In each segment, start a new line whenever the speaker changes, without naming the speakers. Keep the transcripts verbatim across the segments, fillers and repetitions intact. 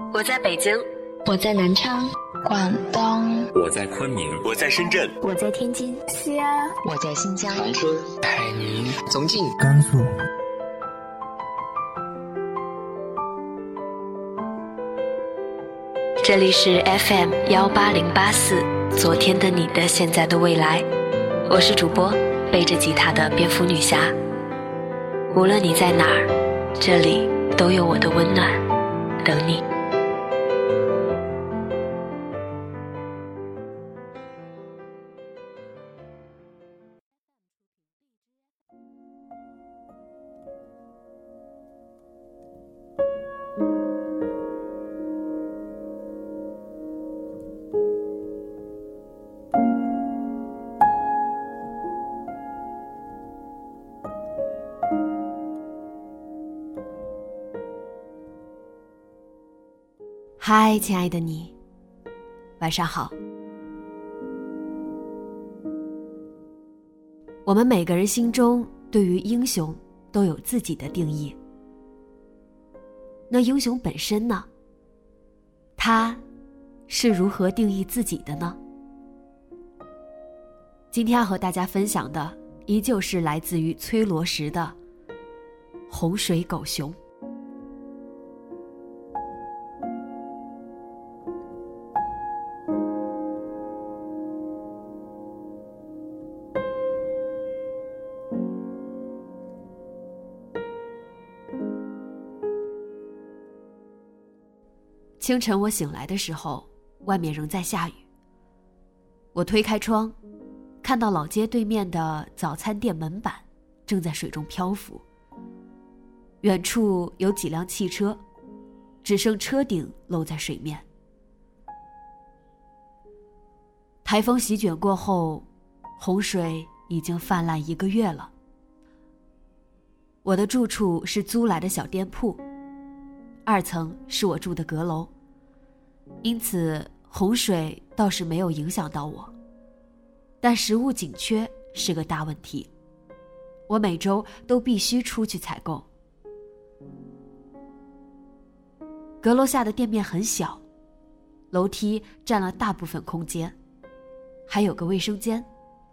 我在北京，
我在南昌，
广东，
我在昆明，
我在深圳，
我在天津，
西安，
我在新疆，
长春，
海宁，重庆，
甘肃。
这里是 F M 一八零八四，昨天的你的现在的未来，我是主播背着吉他的蝙蝠女侠。无论你在哪儿，这里都有我的温暖等你。嗨，亲爱的你，晚上好。我们每个人心中对于英雄都有自己的定义。那英雄本身呢？他是如何定义自己的呢？今天要和大家分享的依旧是来自于崔罗实的洪水狗熊。清晨我醒来的时候，外面仍在下雨。我推开窗，看到老街对面的早餐店门板正在水中漂浮，远处有几辆汽车，只剩车顶露在水面。台风席卷过后，洪水已经泛滥一个月了。我的住处是租来的小店铺，二层是我住的阁楼，因此洪水倒是没有影响到我，但食物紧缺是个大问题，我每周都必须出去采购。阁楼下的店面很小，楼梯占了大部分空间，还有个卫生间。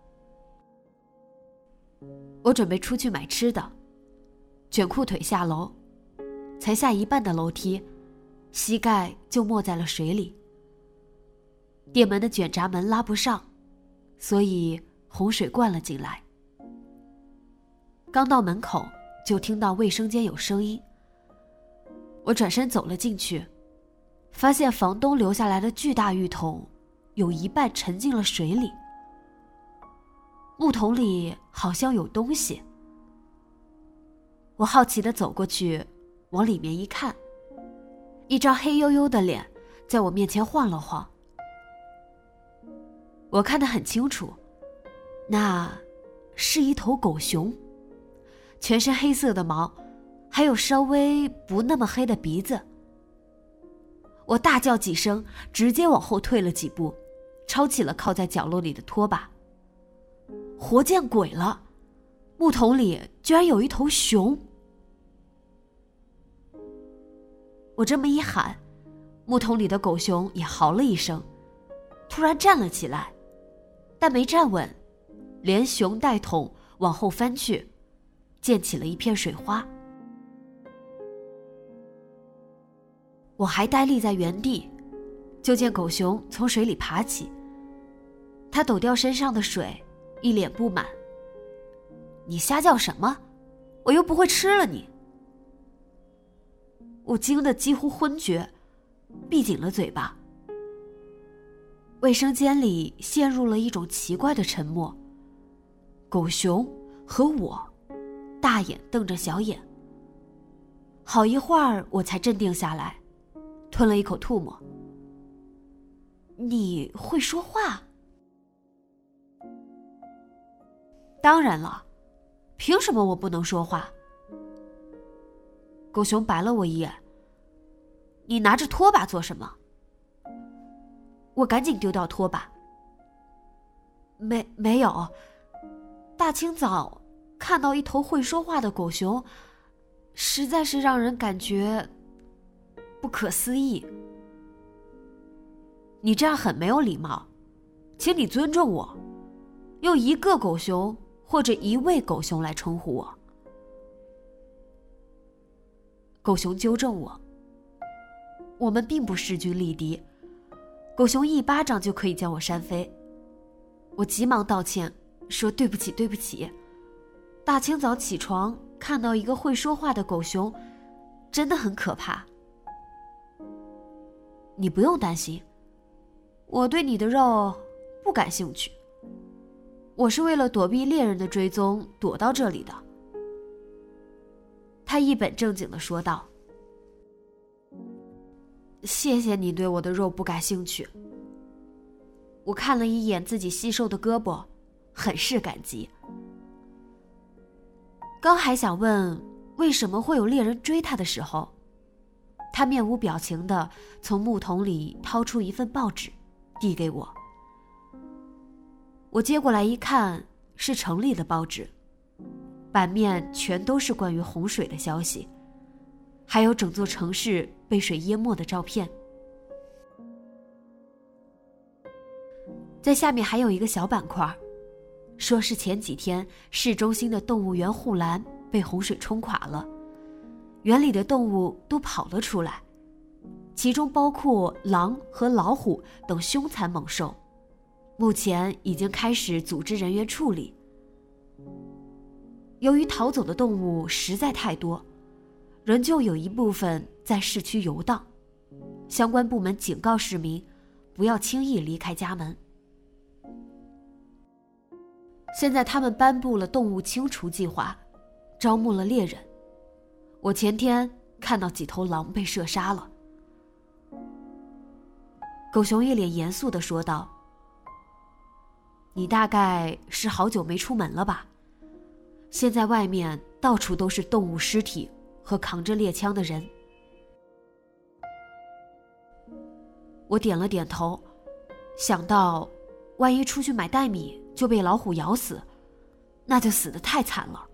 我准备出去买吃的，卷裤腿下楼，才下一半的楼梯，膝盖就没在了水里。店门的卷闸门拉不上，所以洪水灌了进来。刚到门口就听到卫生间有声音，我转身走了进去，发现房东留下来的巨大浴桶有一半沉进了水里，木桶里好像有东西。我好奇地走过去，往里面一看，一张黑黝黝的脸在我面前晃了晃。我看得很清楚，那是一头狗熊，全身黑色的毛，还有稍微不那么黑的鼻子。我大叫几声，直接往后退了几步，抄起了靠在角落里的拖把。活见鬼了，木桶里居然有一头熊！我这么一喊，木桶里的狗熊也嚎了一声，突然站了起来，但没站稳，连熊带桶往后翻去，溅起了一片水花。我还呆立在原地，就见狗熊从水里爬起，它抖掉身上的水，一脸不满：“你瞎叫什么？我又不会吃了你！”我惊得几乎昏厥，闭紧了嘴巴。卫生间里陷入了一种奇怪的沉默，狗熊和我大眼瞪着小眼。好一会儿我才镇定下来，吞了一口唾沫。你会说话？当然了，凭什么我不能说话？狗熊白了我一眼。你拿着拖把做什么？我赶紧丢掉拖把。没没有，大清早看到一头会说话的狗熊，实在是让人感觉不可思议。 你这样很没有礼貌，请你尊重我，用一个狗熊或者一位狗熊来称呼我。狗熊纠正我，我们并不势均力敌，狗熊一巴掌就可以将我扇飞。我急忙道歉，说对不起对不起，大清早起床看到一个会说话的狗熊，真的很可怕。你不用担心，我对你的肉不感兴趣，我是为了躲避猎人的追踪躲到这里的。他一本正经地说道，谢谢你对我的肉不感兴趣。我看了一眼自己细瘦的胳膊，很是感激。刚还想问为什么会有猎人追他的时候，他面无表情地从木桶里掏出一份报纸递给我。我接过来一看，是城里的报纸，版面全都是关于洪水的消息，还有整座城市被水淹没的照片。在下面还有一个小板块，说是前几天市中心的动物园护栏被洪水冲垮了，园里的动物都跑了出来，其中包括狼和老虎等凶残猛兽，目前已经开始组织人员处理。由于逃走的动物实在太多，仍旧有一部分在市区游荡，相关部门警告市民不要轻易离开家门。现在他们颁布了动物清除计划，招募了猎人。我前天看到几头狼被射杀了。狗熊一脸严肃地说道，你大概是好久没出门了吧？现在外面到处都是动物尸体和扛着猎枪的人。我点了点头，想到万一出去买袋米就被老虎咬死，那就死得太惨了。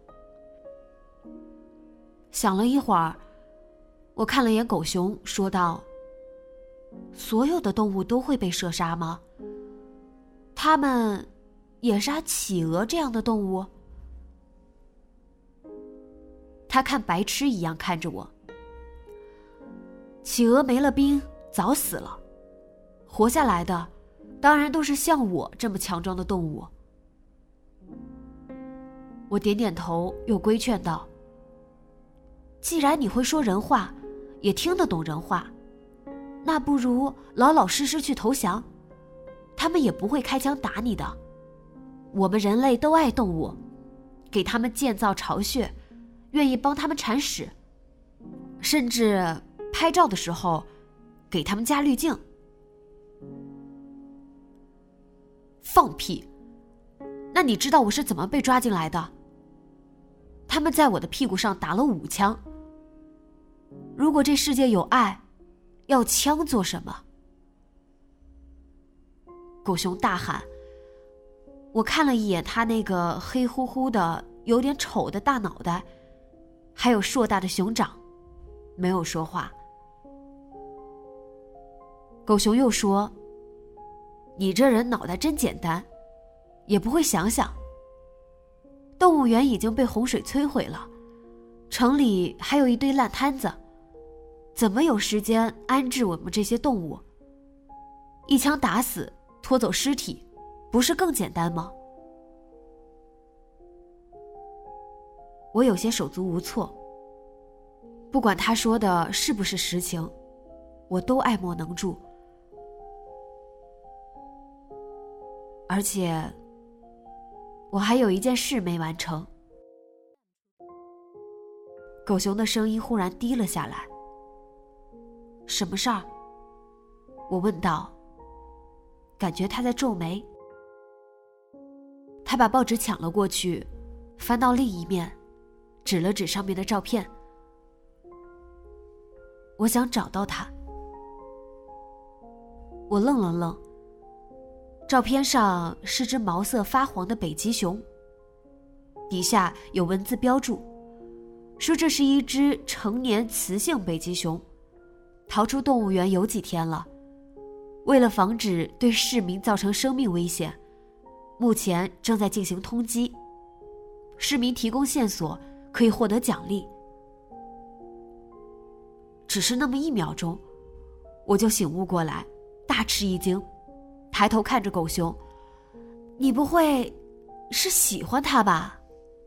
想了一会儿，我看了眼狗熊，说道，所有的动物都会被射杀吗？它们也杀企鹅这样的动物？他看白痴一样看着我。企鹅没了冰早死了，活下来的当然都是像我这么强壮的动物。我点点头，又规劝道，既然你会说人话，也听得懂人话，那不如老老实实去投降，他们也不会开枪打你的。我们人类都爱动物，给他们建造巢穴，愿意帮他们铲屎，甚至拍照的时候给他们加滤镜。放屁！那你知道我是怎么被抓进来的？他们在我的屁股上打了五枪。如果这世界有爱，要枪做什么？狗熊大喊。我看了一眼他那个黑乎乎的有点丑的大脑袋，还有硕大的熊掌，没有说话。狗熊又说，你这人脑袋真简单，也不会想想，动物园已经被洪水摧毁了，城里还有一堆烂摊子，怎么有时间安置我们这些动物？一枪打死，拖走尸体，不是更简单吗？我有些手足无措，不管他说的是不是实情，我都爱莫能助。而且我还有一件事没完成。狗熊的声音忽然低了下来。什么事儿？我问道，感觉他在皱眉。他把报纸抢了过去，翻到另一面，指了指上面的照片。我想找到他。我愣了愣，照片上是只毛色发黄的北极熊，底下有文字标注，说这是一只成年雌性北极熊，逃出动物园有几天了， 为了防止对市民造成生命危险，目前正在进行通缉，市民提供线索可以获得奖励。只是那么一秒钟，我就醒悟过来，大吃一惊，抬头看着狗熊，你不会是喜欢他吧？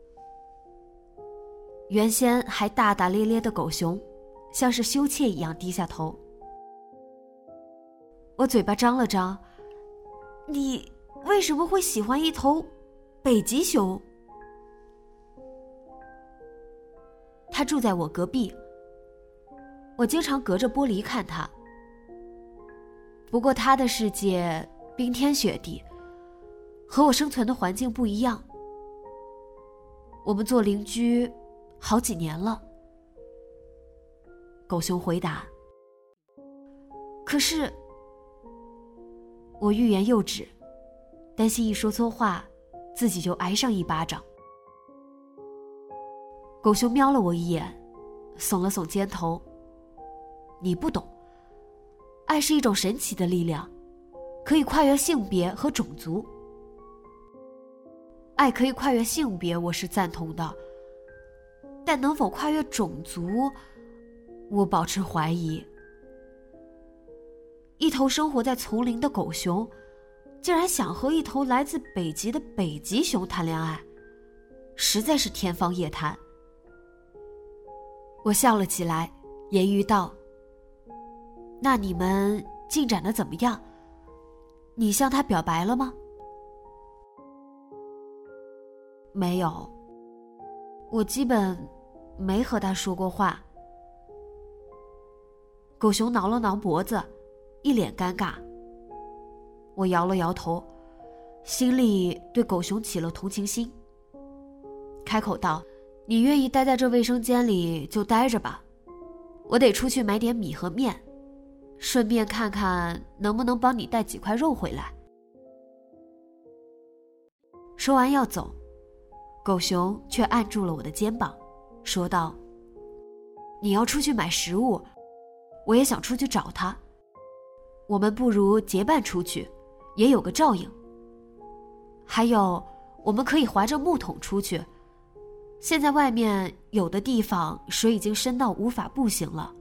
原先还大大咧咧的狗熊像是羞怯一样低下头。我嘴巴张了张，你为什么会喜欢一头北极熊？他住在我隔壁，我经常隔着玻璃看他。不过他的世界冰天雪地，和我生存的环境不一样。我们做邻居好几年了。狗熊回答。可是我欲言又止，担心一说错话自己就挨上一巴掌。狗熊瞄了我一眼，耸了耸肩头，你不懂，爱是一种神奇的力量，可以跨越性别和种族。爱可以跨越性别，我是赞同的，但能否跨越种族，我保持怀疑。一头生活在丛林的狗熊，竟然想和一头来自北极的北极熊谈恋爱，实在是天方夜谭。我笑了起来，言语道：那你们进展得怎么样？你向他表白了吗？没有，我基本没和他说过话。狗熊挠了挠脖子，一脸尴尬。我摇了摇头，心里对狗熊起了同情心，开口道：你愿意待在这卫生间里就待着吧，我得出去买点米和面，顺便看看能不能帮你带几块肉回来。说完要走，狗熊却按住了我的肩膀，说道：你要出去买食物，我也想出去找他，我们不如结伴出去，也有个照应。还有，我们可以划着木桶出去，现在外面有的地方水已经深到无法步行了。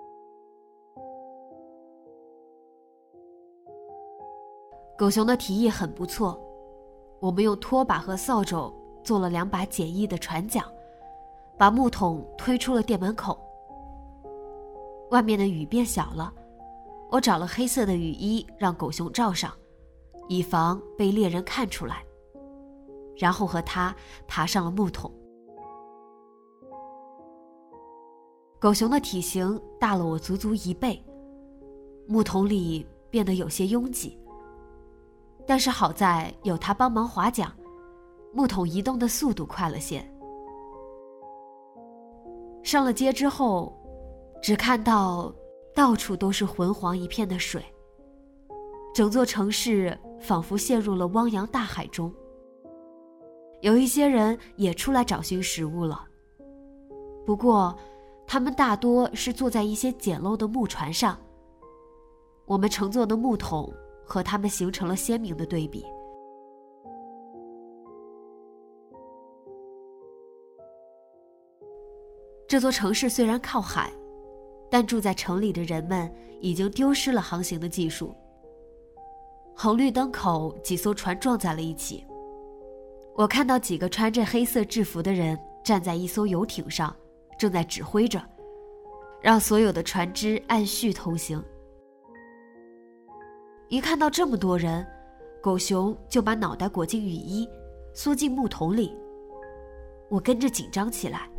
狗熊的提议很不错，我们用拖把和扫帚做了两把简易的船桨，把木桶推出了店门口。外面的雨变小了，我找了黑色的雨衣让狗熊罩上，以防被猎人看出来，然后和他爬上了木桶。狗熊的体型大了我足足一倍，木桶里变得有些拥挤，但是好在有他帮忙划桨，木桶移动的速度快了些。上了街之后，只看到到处都是浑黄一片的水，整座城市仿佛陷入了汪洋大海中。有一些人也出来找寻食物了，不过他们大多是坐在一些简陋的木船上，我们乘坐的木桶和他们形成了鲜明的对比。这座城市虽然靠海，但住在城里的人们已经丢失了航行的技术。红绿灯口几艘船撞在了一起，我看到几个穿着黑色制服的人站在一艘游艇上，正在指挥着，让所有的船只按序通行。一看到这么多人，狗熊就把脑袋裹进雨衣，缩进木桶里，我跟着紧张起来。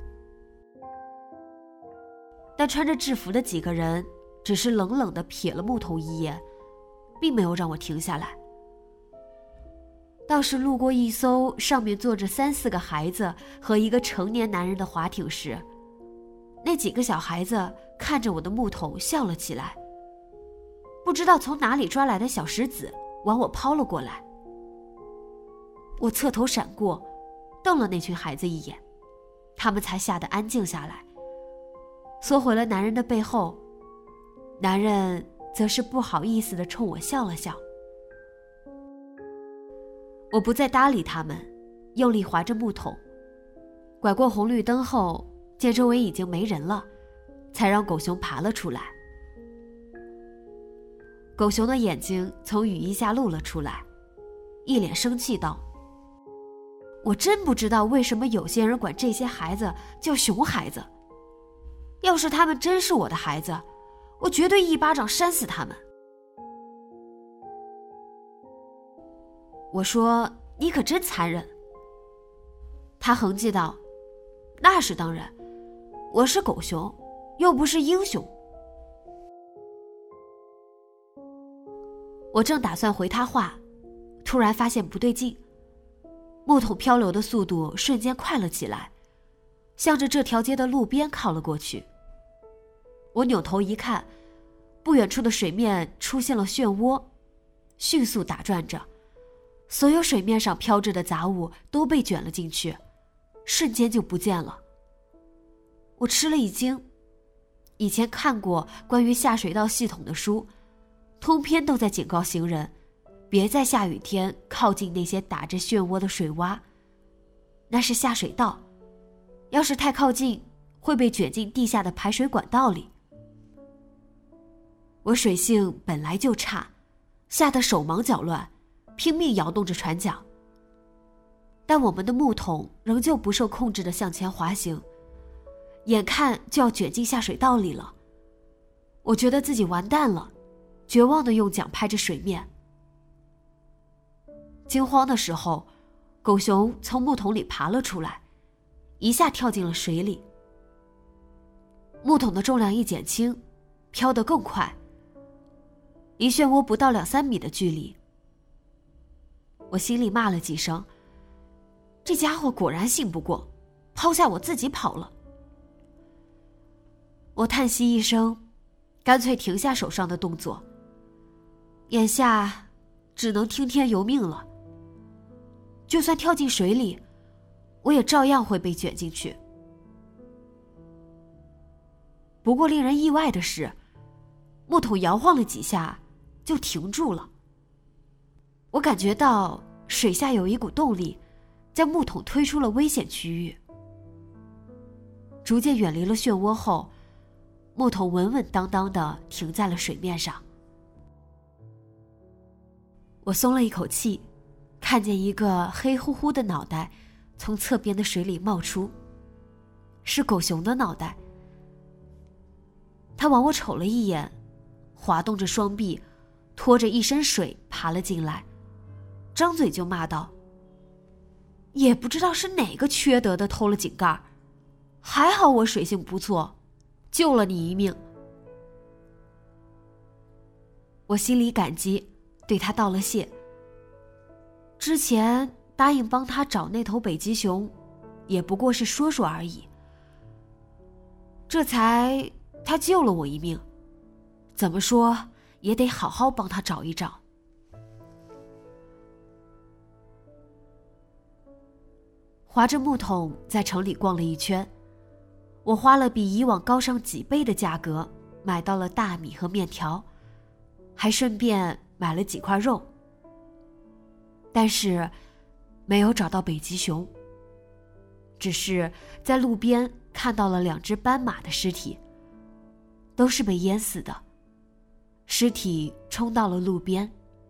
但穿着制服的几个人只是冷冷地瞥了木桶一眼，并没有让我停下来。倒是路过一艘上面坐着三四个孩子和一个成年男人的划艇时，那几个小孩子看着我的木桶笑了起来，不知道从哪里抓来的小石子往我抛了过来。我侧头闪过，瞪了那群孩子一眼，他们才吓得安静下来，缩回了男人的背后。男人则是不好意思地冲我笑了笑。我不再搭理他们，用力划着木桶，拐过红绿灯后，见周围已经没人了，才让狗熊爬了出来。狗熊的眼睛从雨衣下露了出来，一脸生气道：我真不知道为什么有些人管这些孩子叫熊孩子，要是他们真是我的孩子，我绝对一巴掌扇死他们。我说：你可真残忍。他横击道：那是当然，我是狗熊，又不是英雄。我正打算回他话，突然发现不对劲，木桶漂流的速度瞬间快了起来，向着这条街的路边靠了过去。我扭头一看，不远处的水面出现了漩涡，迅速打转着，所有水面上飘着的杂物都被卷了进去，瞬间就不见了。我吃了一惊，以前看过关于下水道系统的书，通篇都在警告行人别在下雨天靠近那些打着漩涡的水洼，那是下水道，要是太靠近会被卷进地下的排水管道里。我水性本来就差，吓得手忙脚乱，拼命摇动着船桨，但我们的木桶仍旧不受控制地向前滑行，眼看就要卷进下水道里了。我觉得自己完蛋了，绝望地用桨拍着水面。惊慌的时候，狗熊从木桶里爬了出来，一下跳进了水里。木桶的重量一减轻，飘得更快，离漩涡不到两三米的距离。我心里骂了几声，这家伙果然信不过，抛下我自己跑了。我叹息一声，干脆停下手上的动作，眼下只能听天由命了。就算跳进水里，我也照样会被卷进去。不过令人意外的是，木桶摇晃了几下就停住了。我感觉到水下有一股动力将木桶推出了危险区域。逐渐远离了漩涡后，木桶稳稳当当地停在了水面上。我松了一口气，看见一个黑乎乎的脑袋从侧边的水里冒出，是狗熊的脑袋。他往我瞅了一眼，滑动着双臂，拖着一身水爬了进来，张嘴就骂道：也不知道是哪个缺德的偷了井盖，还好我水性不错，救了你一命。我心里感激，对他道了谢。之前答应帮他找那头北极熊，也不过是说说而已，这才他救了我一命，怎么说也得好好帮他找一找。划着木桶在城里逛了一圈，我花了比以往高上几倍的价格买到了大米和面条，还顺便买了几块肉。但是没有找到北极熊，只是在路边看到了两只斑马的尸体，都是被淹死的，尸体冲到了路边。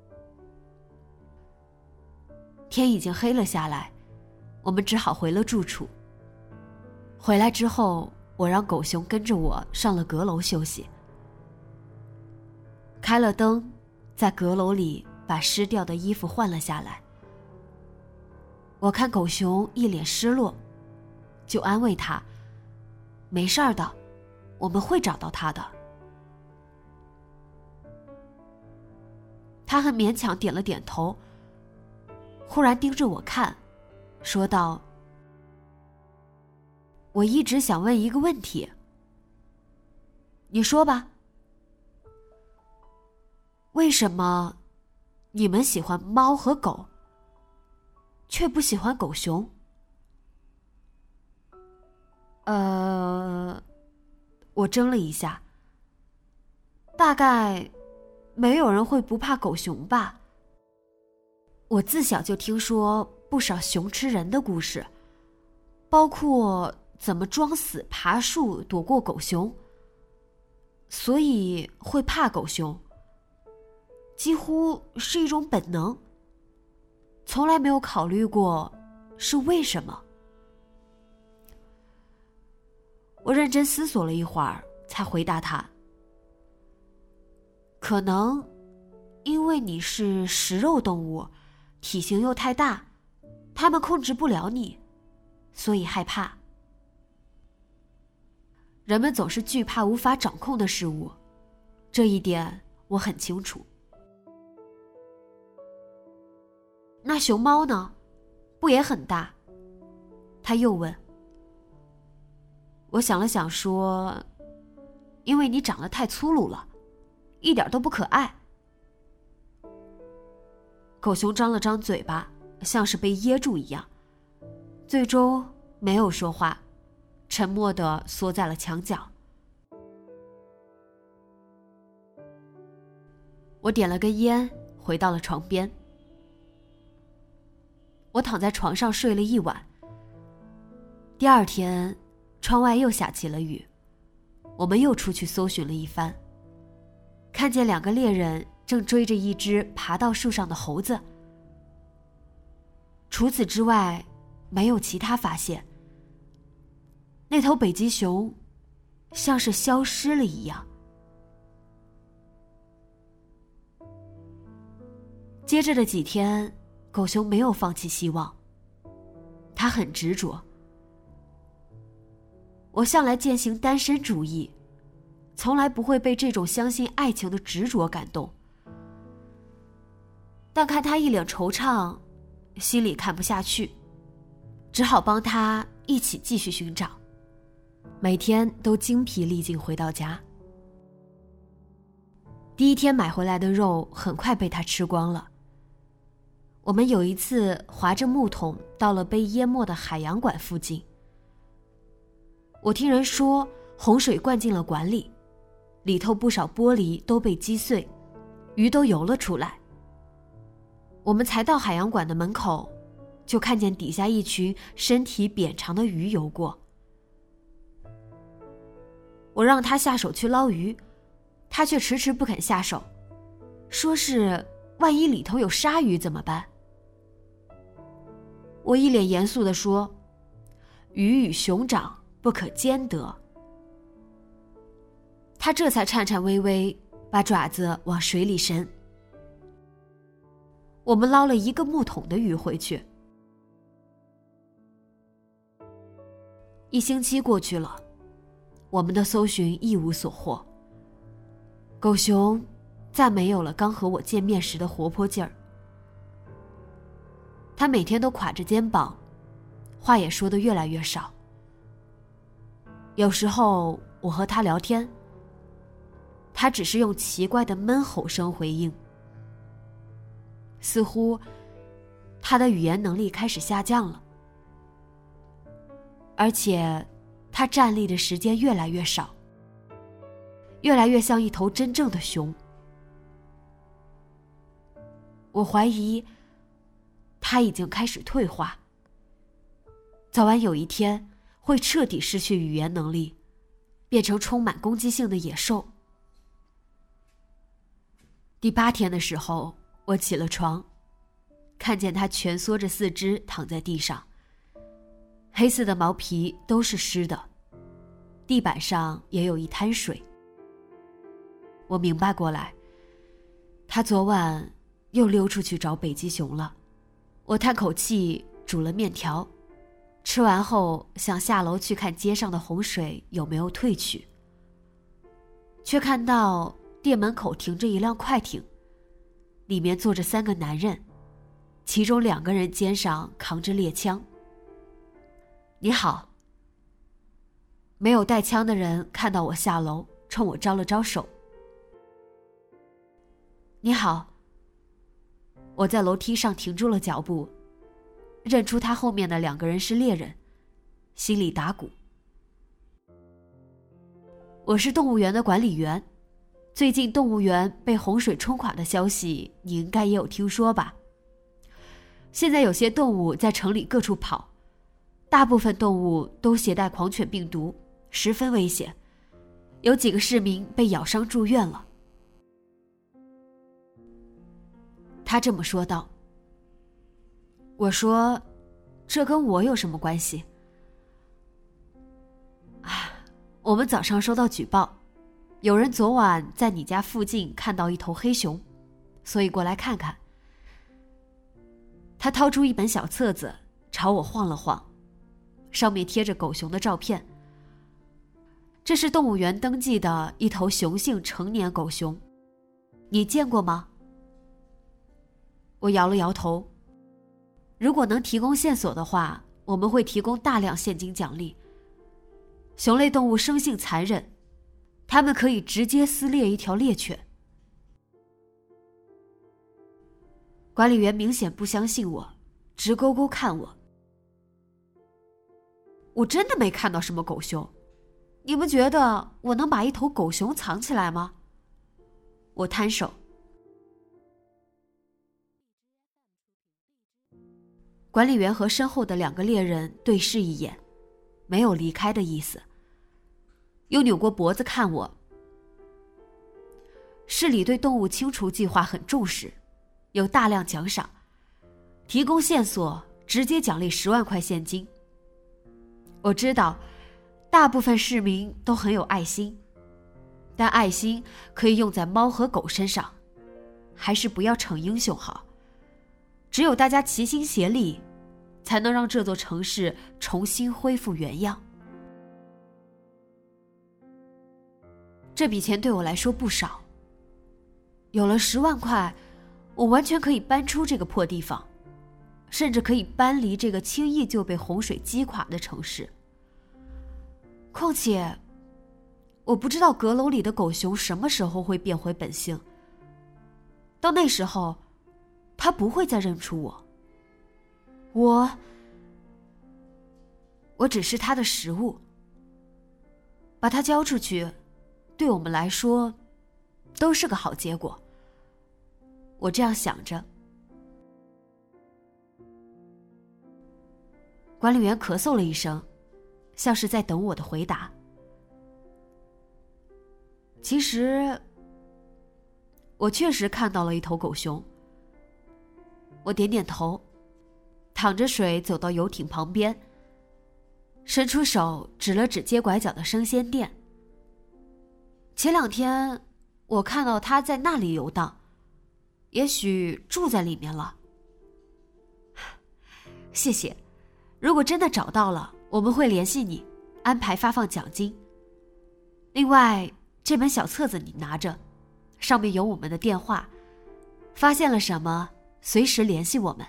天已经黑了下来，我们只好回了住处。回来之后，我让狗熊跟着我上了阁楼休息，开了灯，在阁楼里把湿掉的衣服换了下来。我看狗熊一脸失落，就安慰他：没事儿的，我们会找到他的。他很勉强点了点头，忽然盯着我看，说道：我一直想问一个问题。你说吧。为什么你们喜欢猫和狗，却不喜欢狗熊？呃，我怔了一下，大概没有人会不怕狗熊吧？我自小就听说不少熊吃人的故事，包括怎么装死爬树躲过狗熊，所以会怕狗熊，几乎是一种本能，从来没有考虑过是为什么。我认真思索了一会儿，才回答他：可能因为你是食肉动物，体型又太大，它们控制不了你，所以害怕。人们总是惧怕无法掌控的事物，这一点我很清楚。那熊猫呢？不也很大？他又问。我想了想说，因为你长得太粗鲁了，一点都不可爱。狗熊张了张嘴巴，像是被噎住一样，最终没有说话，沉默地缩在了墙角。我点了根烟，回到了床边。我躺在床上睡了一晚。第二天，窗外又下起了雨，我们又出去搜寻了一番，看见两个猎人正追着一只爬到树上的猴子。除此之外，没有其他发现。那头北极熊像是消失了一样。接着的几天，狗熊没有放弃希望，它很执着。我向来践行单身主义，从来不会被这种相信爱情的执着感动。但看他一脸惆怅，心里看不下去，只好帮他一起继续寻找，每天都精疲力尽回到家。第一天买回来的肉很快被他吃光了。我们有一次划着木桶到了被淹没的海洋馆附近，我听人说洪水灌进了馆里，里头不少玻璃都被击碎，鱼都游了出来。我们才到海洋馆的门口，就看见底下一群身体扁长的鱼游过。我让他下手去捞鱼，他却迟迟不肯下手，说是万一里头有鲨鱼怎么办？我一脸严肃地说，鱼与熊掌不可兼得。他这才颤颤巍巍把爪子往水里伸。我们捞了一个木桶的鱼回去。一星期过去了，我们的搜寻一无所获。狗熊再没有了刚和我见面时的活泼劲儿。他每天都垮着肩膀，话也说得越来越少。有时候我和他聊天，他只是用奇怪的闷吼声回应，似乎他的语言能力开始下降了，而且他站立的时间越来越少，越来越像一头真正的熊。我怀疑他已经开始退化，早晚有一天会彻底失去语言能力，变成充满攻击性的野兽。第八天的时候，我起了床，看见他蜷缩着四肢躺在地上，黑色的毛皮都是湿的，地板上也有一滩水。我明白过来，他昨晚又溜出去找北极熊了。我叹口气，煮了面条，吃完后想下楼去看街上的洪水有没有退去，却看到店门口停着一辆快艇，里面坐着三个男人，其中两个人肩上扛着猎枪。你好。没有带枪的人看到我下楼，冲我招了招手。你好。我在楼梯上停住了脚步，认出他后面的两个人是猎人，心里打鼓。我是动物园的管理员， 最近动物园被洪水冲垮的消息，你应该也有听说吧？现在有些动物在城里各处跑，大部分动物都携带狂犬病毒，十分危险。有几个市民被咬伤住院了。他这么说道。我说，这跟我有什么关系？啊，我们早上收到举报，有人昨晚在你家附近看到一头黑熊，所以过来看看。他掏出一本小册子，朝我晃了晃，上面贴着狗熊的照片。这是动物园登记的一头雄性成年狗熊，你见过吗？我摇了摇头。如果能提供线索的话，我们会提供大量现金奖励。熊类动物生性残忍，它们可以直接撕裂一条猎犬。管理员明显不相信我，直勾勾看我。我真的没看到什么狗熊，你们觉得我能把一头狗熊藏起来吗？我摊手。管理员和身后的两个猎人对视一眼，没有离开的意思，又扭过脖子看我。市里对动物清除计划很重视，有大量奖赏，提供线索直接奖励十万块现金。我知道大部分市民都很有爱心，但爱心可以用在猫和狗身上，还是不要逞英雄好。只有大家齐心协力，才能让这座城市重新恢复原样。这笔钱对我来说不少，有了十万块，我完全可以搬出这个破地方，甚至可以搬离这个轻易就被洪水击垮的城市。况且，我不知道阁楼里的狗熊什么时候会变回本性。到那时候，它不会再认出我。我，我只是它的食物。把它交出去，对我们来说，都是个好结果。我这样想着。管理员咳嗽了一声，像是在等我的回答。其实，我确实看到了一头狗熊。我点点头，淌着水走到游艇旁边，伸出手指了指接拐角的生鲜店。前两天我看到他在那里游荡，也许住在里面了。谢谢，如果真的找到了，我们会联系你，安排发放奖金。另外，这本小册子你拿着，上面有我们的电话，发现了什么随时联系我们。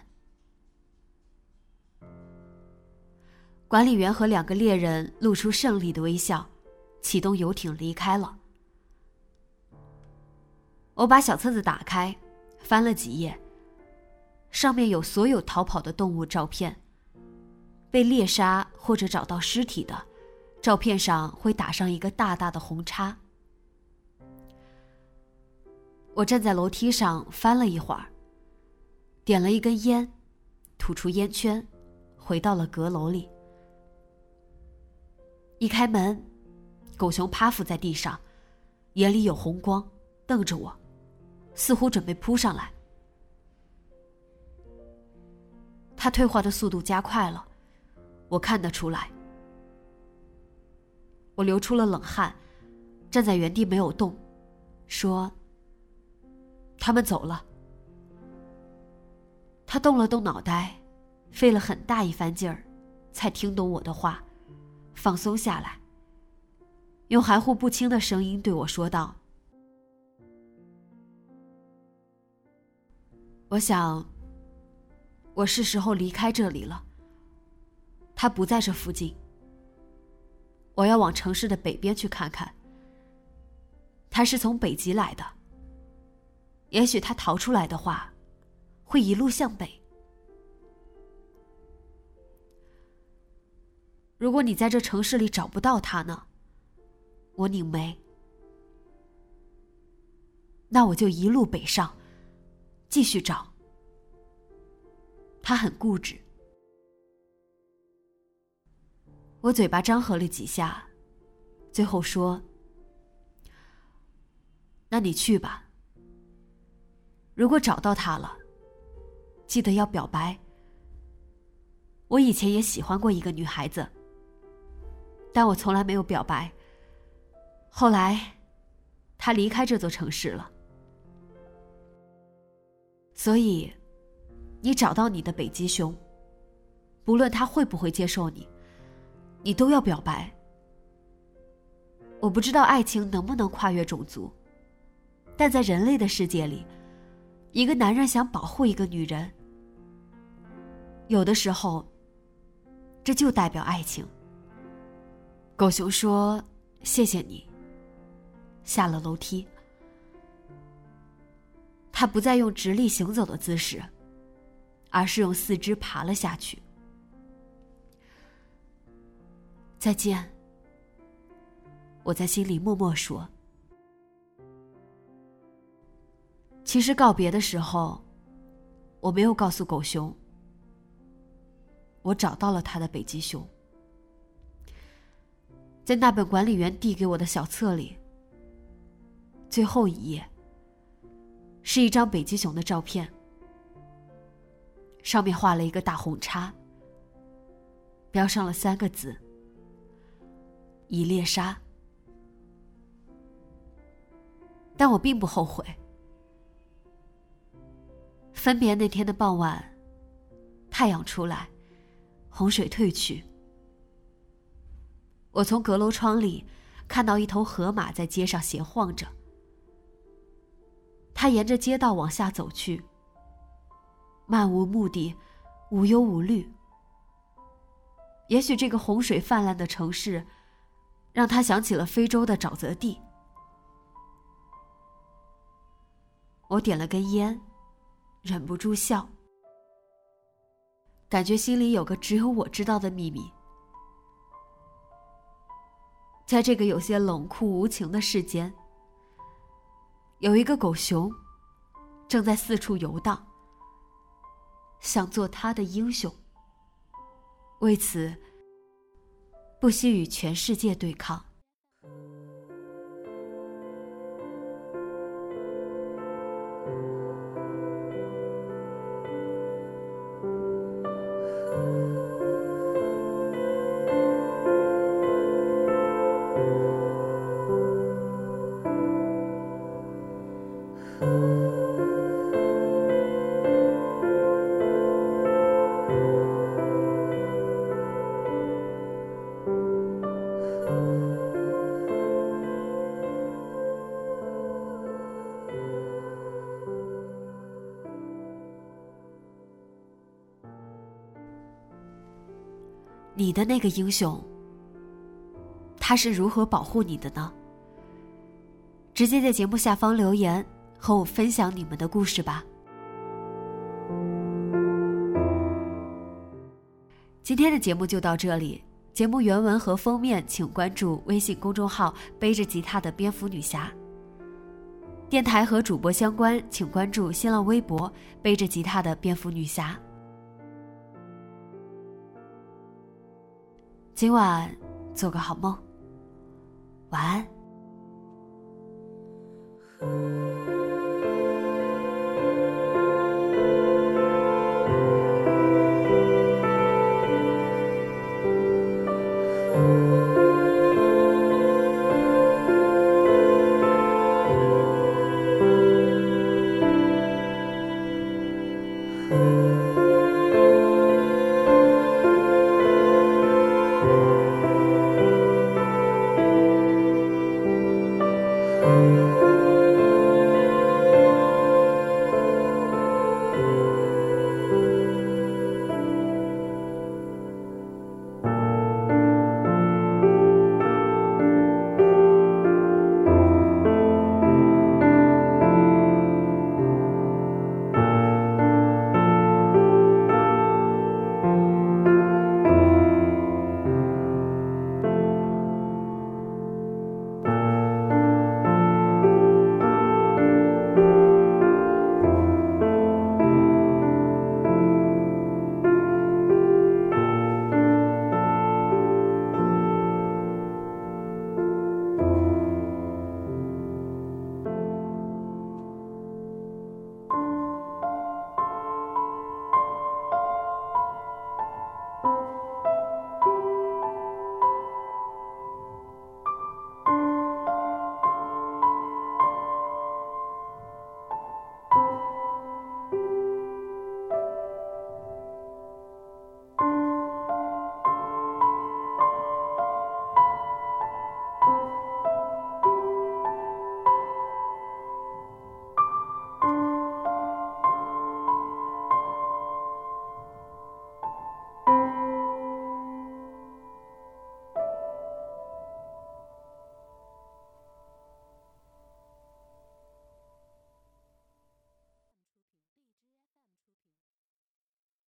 管理员和两个猎人露出胜利的微笑，启动游艇离开了。我把小册子打开，翻了几页，上面有所有逃跑的动物照片，被猎杀或者找到尸体的，照片上会打上一个大大的红叉。我站在楼梯上翻了一会儿，点了一根烟，吐出烟圈，回到了阁楼里。一开门，狗熊趴伏在地上，眼里有红光，瞪着我，似乎准备扑上来。它退化的速度加快了，我看得出来。我流出了冷汗，站在原地没有动，说：“他们走了。”他动了动脑袋，费了很大一番劲儿，才听懂我的话，放松下来，用含糊不清的声音对我说道：“我想，我是时候离开这里了。他不在这附近，我要往城市的北边去看看。他是从北极来的，也许他逃出来的话，会一路向北。如果你在这城市里找不到他呢？”我拧眉。 那我就一路北上，继续找。他很固执。我嘴巴张合了几下，最后说：那你去吧，如果找到他了，记得要表白。我以前也喜欢过一个女孩子，但我从来没有表白。后来她离开这座城市了，所以你找到你的北极熊，不论他会不会接受你，你都要表白。我不知道爱情能不能跨越种族，但在人类的世界里，一个男人想保护一个女人，有的时候这就代表爱情。狗熊说：谢谢你。下了楼梯，他不再用直立行走的姿势，而是用四肢爬了下去。再见，我在心里默默说。其实告别的时候，我没有告诉狗熊，我找到了他的北极熊。在那本管理员递给我的小册里，最后一页是一张北极熊的照片，上面画了一个大红叉，标上了三个字：以猎杀。但我并不后悔。分别那天的傍晚，太阳出来，洪水退去，我从阁楼窗里看到一头河马在街上闲晃着，它沿着街道往下走去，漫无目的，无忧无虑。也许这个洪水泛滥的城市让他想起了非洲的沼泽地。我点了根烟，忍不住笑，感觉心里有个只有我知道的秘密。在这个有些冷酷无情的世间，有一个狗熊正在四处游荡，想做他的英雄，为此不惜与全世界对抗。你的那个英雄，他是如何保护你的呢？直接在节目下方留言，和我分享你们的故事吧。今天的节目就到这里，节目原文和封面请关注微信公众号背着吉他的蝙蝠女侠。电台和主播相关请关注新浪微博背着吉他的蝙蝠女侠。今晚做个好梦，晚安。